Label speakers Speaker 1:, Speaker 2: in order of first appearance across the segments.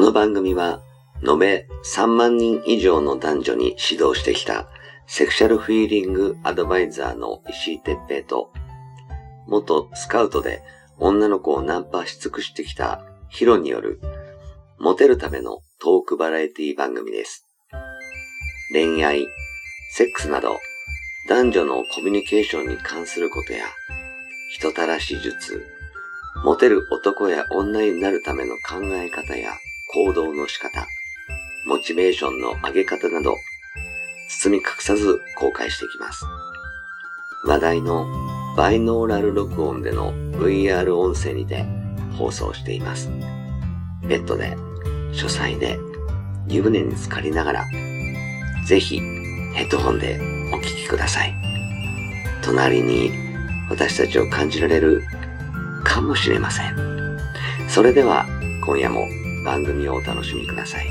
Speaker 1: の番組は延べ3万人以上の男女に指導してきたセクシャルフィーリングアドバイザーの石井哲平と、元スカウトで女の子をナンパし尽くしてきたヒロによるモテるためのトークバラエティ番組です。恋愛、セックスなど男女のコミュニケーションに関することや人たらし術、モテる男や女になるための考え方や行動の仕方、モチベーションの上げ方など包み隠さず公開していきます。話題のバイノーラル録音での VR 音声にて放送しています。ベッドで、書斎で、湯船に浸かりながら、ぜひヘッドホンでお聞きください。隣に私たちを感じられるかもしれません。それでは今夜も番組をお楽しみください。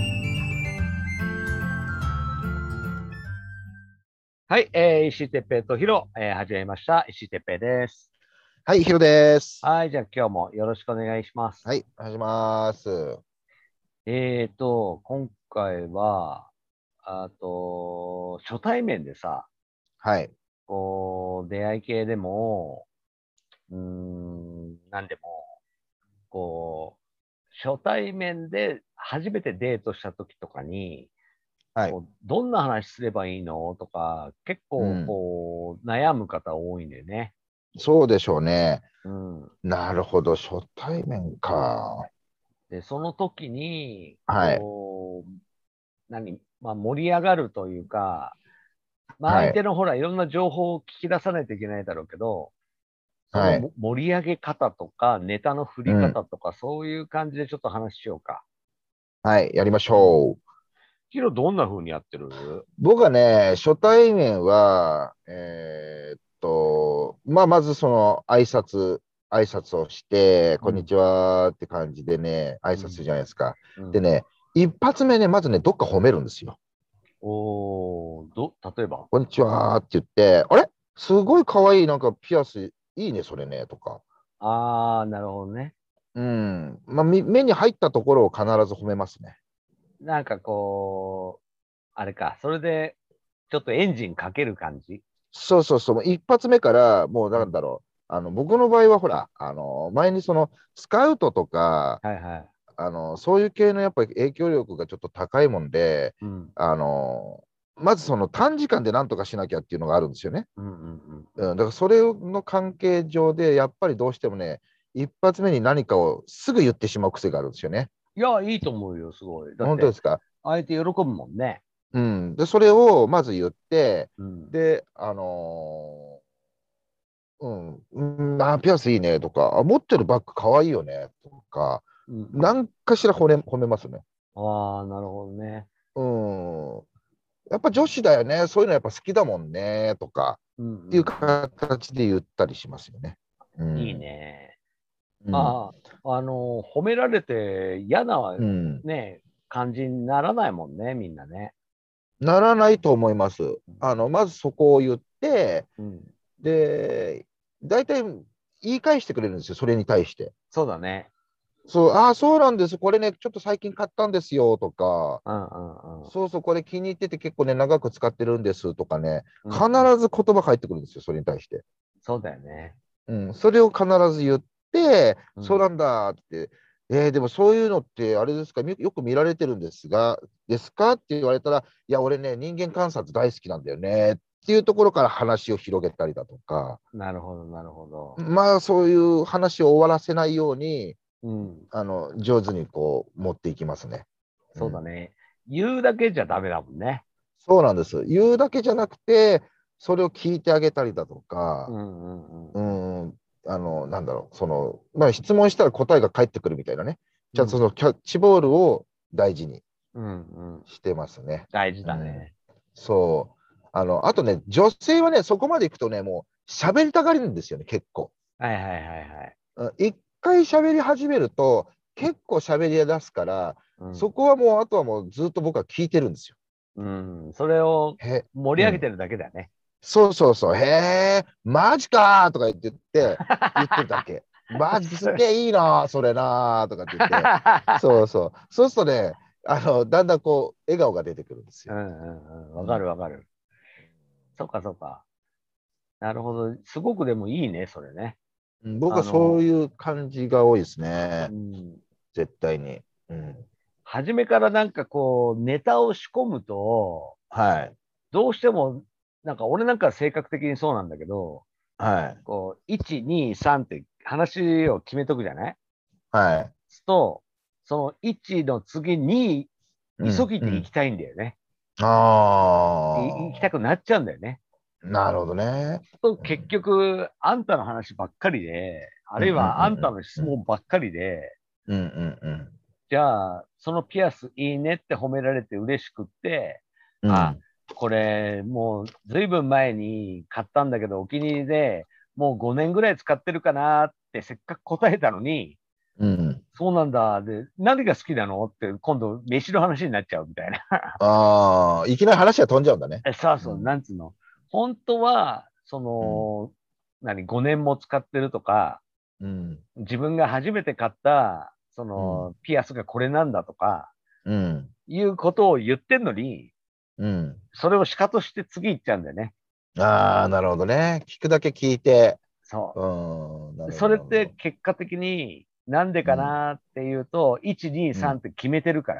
Speaker 2: はい、石井哲平とヒロ、始めました。石井哲平です。
Speaker 3: はい、ヒロです。
Speaker 2: はい、じゃあ今日もよろしくお願いします。
Speaker 3: はい、お願いします。
Speaker 2: 今回は、初対面でさ、
Speaker 3: はい。
Speaker 2: 出会い系でも、なんでも、初対面で初めてデートした時とかに、
Speaker 3: はい。
Speaker 2: どんな話すればいいのとか、結構悩む方多いんだよね。
Speaker 3: そうでしょうね。
Speaker 2: うん。
Speaker 3: なるほど、初対面か。
Speaker 2: で、その時に、
Speaker 3: はい。
Speaker 2: 盛り上がるというか、相手のほら、いろんな情報を聞き出さないといけないだろうけど、そ
Speaker 3: はい。
Speaker 2: の盛り上げ方とか、ネタの振り方とか、そういう感じでちょっと話しようか。
Speaker 3: はい、やりましょう。
Speaker 2: ヒロ、どんな風にやってる？
Speaker 3: 僕はね、初対面は、まずその挨拶をして、こんにちはって感じでね、挨拶するじゃないですか。でね、一発目ね、まずね、どっか褒めるんですよ。
Speaker 2: 例えば
Speaker 3: こんにちはって言って、あれすごい可愛いなんかピアスいいね、それね、とか。
Speaker 2: なるほどね。
Speaker 3: 目に入ったところを必ず褒めますね。
Speaker 2: なんかあれか、それでちょっとエンジンかける感じ？
Speaker 3: そうそうそう、一発目から、もうなんだろう、僕の場合はほら、前にそのスカウトとか、
Speaker 2: はいはい。
Speaker 3: そういう系のやっぱり影響力がちょっと高いもんで、まずその短時間で何とかしなきゃっていうのがあるんですよね。だからそれの関係上で、やっぱりどうしてもね、一発目に何かをすぐ言ってしまう癖があるんですよね。
Speaker 2: いや、いいと思うよ、すごい。だって
Speaker 3: 本当ですか？
Speaker 2: 相手喜ぶもんね。
Speaker 3: で、それをまず言って、で、ピアスいいねとか、持ってるバッグかわいいよねとか、何かしら褒めますね。
Speaker 2: ああ、なるほどね。
Speaker 3: やっぱ女子だよね、そういうのやっぱ好きだもんねとか、っていう形で言ったりしますよね。
Speaker 2: いいね。褒められて嫌なね、感じにならないもんね、みんなね。
Speaker 3: ならないと思います。まずそこを言って、で、大体言い返してくれるんですよ、それに対して。
Speaker 2: そうだね。
Speaker 3: そうなんです。これね、ちょっと最近買ったんですよとか、そうそう、これ気に入ってて結構ね、長く使ってるんですとかね、必ず言葉返ってくるんですよ、それに対して。
Speaker 2: そうだよね。
Speaker 3: それを必ず言って、そうなんだって、でもそういうのって、あれですか、よく見られてるんですかって言われたら、いや、俺ね、人間観察大好きなんだよねっていうところから話を広げたりだとか、
Speaker 2: なるほど、なるほど。
Speaker 3: まあ、そういう話を終わらせないように、上手に持っていきますね。
Speaker 2: そうだね。言うだけじゃダメだもんね。
Speaker 3: そうなんです。言うだけじゃなくて、それを聞いてあげたりだとか、なんだろう、質問したら答えが返ってくるみたいなね。ちゃんとそのキャッチボールを大事にしてますね。
Speaker 2: 大事だね。
Speaker 3: そう。あとね、女性はね、そこまで行くとね、もう喋りたがるんですよね、結構。
Speaker 2: はいはいはいはい。
Speaker 3: 一回喋り始めると、結構喋り出すから、そこはもう、あとはもうずっと僕は聞いてるんですよ。
Speaker 2: それを盛り上げてるだけだよね。
Speaker 3: そうそうそう、へえ、マジかーとか言ってるだけ。 マジすげえいいな、それなとかって言って、そうそう。そうするとね、だんだんこう、笑顔が出てくるんですよ。
Speaker 2: わかるわかる。そうかそうか。なるほど。すごくでもいいね、それね。
Speaker 3: 僕はそういう感じが多いですね。絶対に。
Speaker 2: 初めからなんかこう、ネタを仕込むと、
Speaker 3: はい。
Speaker 2: どうしても、なんか俺なんか性格的にそうなんだけど、
Speaker 3: はい。
Speaker 2: こう、1、2、3って話を決めとくじゃない
Speaker 3: はい。
Speaker 2: と、その1の次に急ぎて行きたいんだよね。行きたくなっちゃうんだよね。
Speaker 3: なるほどね。
Speaker 2: と結局、あんたの話ばっかりで、あるいはあんたの質問ばっかりで、じゃあ、そのピアスいいねって褒められて嬉しくって、あ、これもうずいぶん前に買ったんだけどお気に入りで、もう5年ぐらい使ってるかなってせっかく答えたのに、そうなんだ。で、何が好きなのって今度飯の話になっちゃうみたいな。
Speaker 3: ああ、いきなり話が飛んじゃうんだね。
Speaker 2: そうそう、なんつうの。本当は、その、5年も使ってるとか、自分が初めて買った、その、ピアスがこれなんだとか、いうことを言ってんのに、それをシカとして次行っちゃうんだよね。
Speaker 3: ああ、なるほどね。聞くだけ聞いて。
Speaker 2: そう。それって結果的になんでかなっていうと、1、2、3って決めてるから、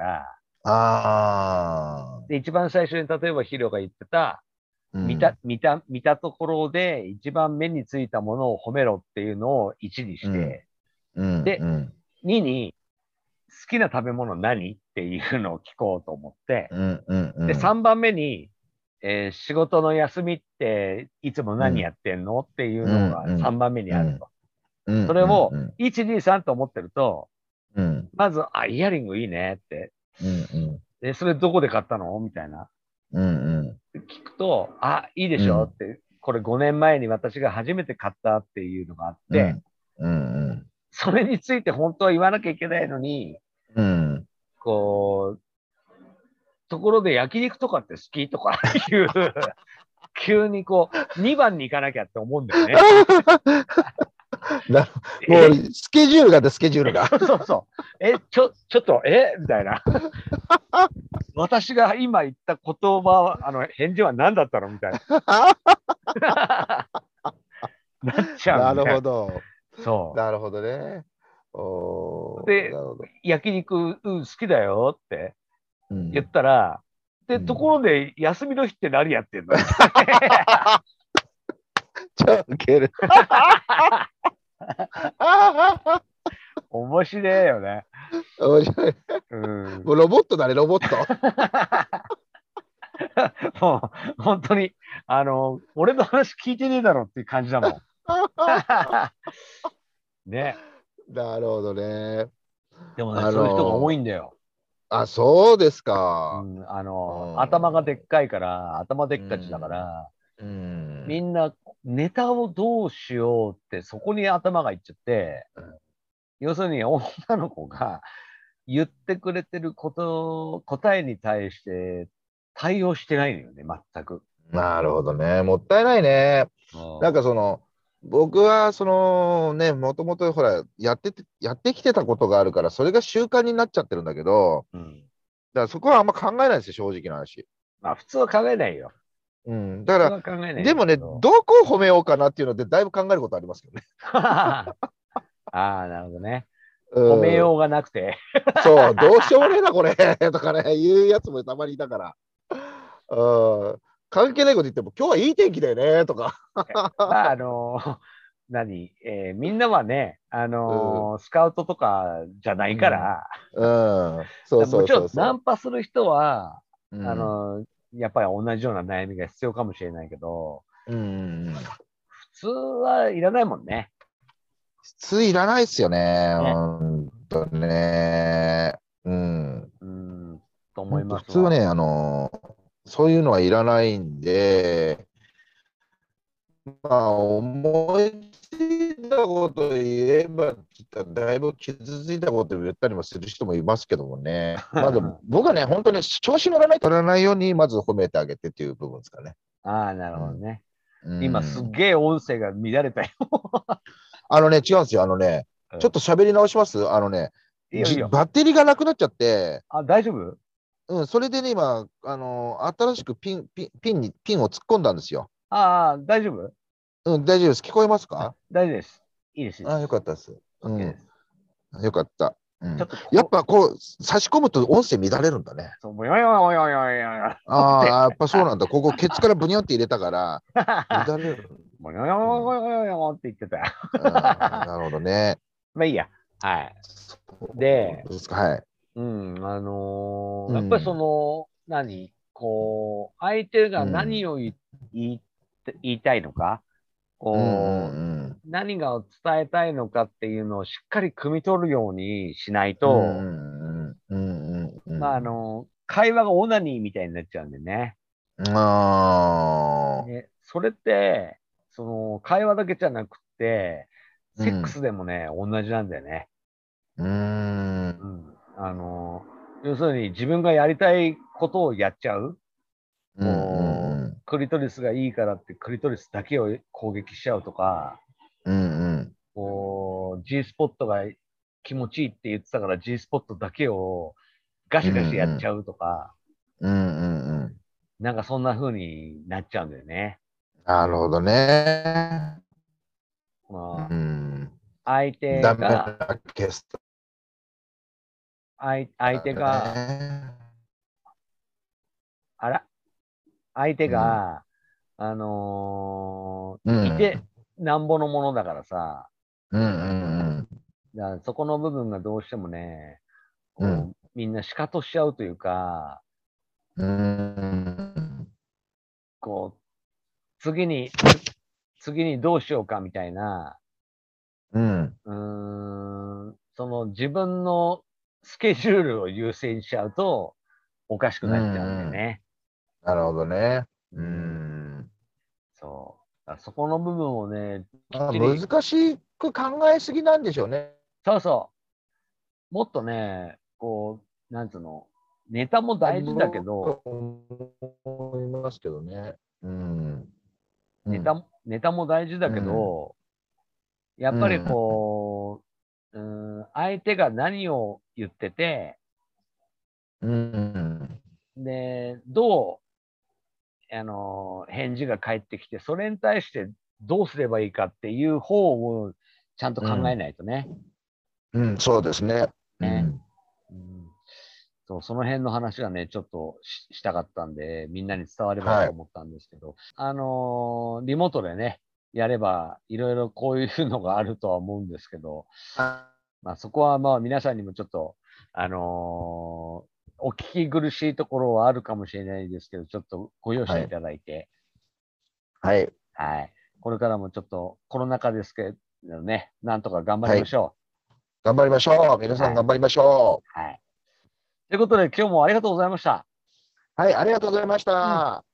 Speaker 2: で、一番最初に例えばヒロが言ってた、見たところで一番目についたものを褒めろっていうのを1にして、で、2に好きな食べ物何っていうのを聞こうと思って、で、3番目に、仕事の休みっていつも何やってんのっていうのが3番目にあると。それを1、2、3と思ってると、まず、イヤリングいいねって。で、それどこで買ったのみたいな。聞くと、いいでしょって、これ5年前に私が初めて買ったっていうのがあって、それについて本当は言わなきゃいけないのに、こう、ところで焼肉とかって好きとかいう急にこう、2番に行かなきゃって思うんだよね。
Speaker 3: もう、スケジュールがあって、スケジュールが。
Speaker 2: そうそう。ちょっと、みたいな。私が今言った言葉、返事は何だったのみたいな。なっちゃう。
Speaker 3: なるほど。
Speaker 2: そう。
Speaker 3: なるほどね。
Speaker 2: で、焼肉、好きだよって言ったら、ところで休みの日って何やってんの
Speaker 3: ちょ、ウケる。
Speaker 2: 面白いよね。
Speaker 3: 面白い。もうロボットだね、ロボット。
Speaker 2: もう、本当に、俺の話聞いてねえだろっていう感じだもん。ね。
Speaker 3: なるほどね。
Speaker 2: でもね、そういう人が多いんだよ。
Speaker 3: そうですか。
Speaker 2: 頭がでっかいから、頭でっかちだから、みんなネタをどうしようってそこに頭がいっちゃって、要するに女の子が言ってくれてる答えに対して対応してないのよね、全く。
Speaker 3: なるほどね。もったいないね。なんか僕はもともとほら、やってきてたことがあるから、それが習慣になっちゃってるんだけど、だからそこはあんま考えないですよ、正直な話。
Speaker 2: まあ、普通は考えないよ。
Speaker 3: だから、でもね、どこを褒めようかなっていうので、だいぶ考えることありますけどね。
Speaker 2: なるほどね。褒めようがなくて。
Speaker 3: そう、どうしようもねえな、これ、とかね、言うやつもたまにいたから。関係ないこと言っても、今日はいい天気だよね、とか。
Speaker 2: まあ、みんなはね、スカウトとかじゃないから、
Speaker 3: そうそうそうそう。
Speaker 2: もちろんナンパする人は、やっぱり同じような悩みが必要かもしれないけど、普通はいらないもんね。
Speaker 3: 普通いらないですよね。本当ね。
Speaker 2: と思います。
Speaker 3: 普通はね、そういうのはいらないんで、まあ、思いついたこと言えば、だいぶ傷ついたことを言ったりもする人もいますけどもね。まあでも、僕はね、本当に調子乗らないように、まず褒めてあげてっていう部分ですかね。
Speaker 2: なるほどね。今すっげえ音声が乱れたよ。
Speaker 3: 違うんですよ。 ちょっと喋り直します。
Speaker 2: いいよいいよ。
Speaker 3: バッテリーがなくなっちゃって。
Speaker 2: あ、大丈夫？
Speaker 3: うん、それでね、今、新しくピンを突っ込んだんですよ。
Speaker 2: ああ、大丈夫？
Speaker 3: うん、大丈夫です。聞こえますか？
Speaker 2: 大丈夫です。いいです。
Speaker 3: あ、よかったです。
Speaker 2: OK です。
Speaker 3: よかった。
Speaker 2: ちょっと
Speaker 3: やっぱこう、差し込むと音声乱れるんだね。
Speaker 2: そう、もよよよよよよ。
Speaker 3: ああ、やっぱそうなんだ。ここ、ケツからブニョンって入れたから、乱れる。
Speaker 2: もよよよよよって言ってたよ。
Speaker 3: なるほどね。
Speaker 2: まあいいや。はい。で、
Speaker 3: はい。
Speaker 2: やっぱり相手が何を言いたいのか、何が伝えたいのかっていうのをしっかり汲み取るようにしないと、会話がオナニーみたいになっちゃうんでね。それって、会話だけじゃなくて、セックスでもね、同じなんだよね。要するに自分がやりたいことをやっちゃう。クリトリスがいいからってクリトリスだけを攻撃しちゃうとか、G スポットが気持ちいいって言ってたから G スポットだけをガシガシやっちゃうとか、なんかそんな風になっちゃうんだよね。
Speaker 3: なるほどね。
Speaker 2: 相手が、相手が、相手が、いてなんぼのものだからさ、そこの部分がどうしてもね、みんなシカトしちゃうというか、次にどうしようかみたいな、自分のスケジュールを優先しちゃうとおかしくなっちゃうんだよね。
Speaker 3: なるほどね。
Speaker 2: そう。そこの部分をね、
Speaker 3: 難しく考えすぎなんでしょうね。
Speaker 2: そうそう。もっとね、なんつうの、ネタも大事だけど、
Speaker 3: 思いますけどね。
Speaker 2: ネタも大事だけど、やっぱり相手が何を言ってて、で、返事が返ってきて、それに対してどうすればいいかっていう方をちゃんと考えないとね。
Speaker 3: そうですね。
Speaker 2: その辺の話がね、ちょっとしたかったんで、みんなに伝わればと思ったんですけど、リモートでね、やれば、いろいろこういうのがあるとは思うんですけど、そこは皆さんにもちょっと、お聞き苦しいところはあるかもしれないですけど、ちょっとご容赦いただいて、
Speaker 3: はい。
Speaker 2: はい。これからもちょっとコロナ禍ですけどね、なんとか頑張りましょ
Speaker 3: う。頑張りましょう。皆さん頑張りましょう。
Speaker 2: はい。ということで、今日もありがとうございました。
Speaker 3: はい、ありがとうございました。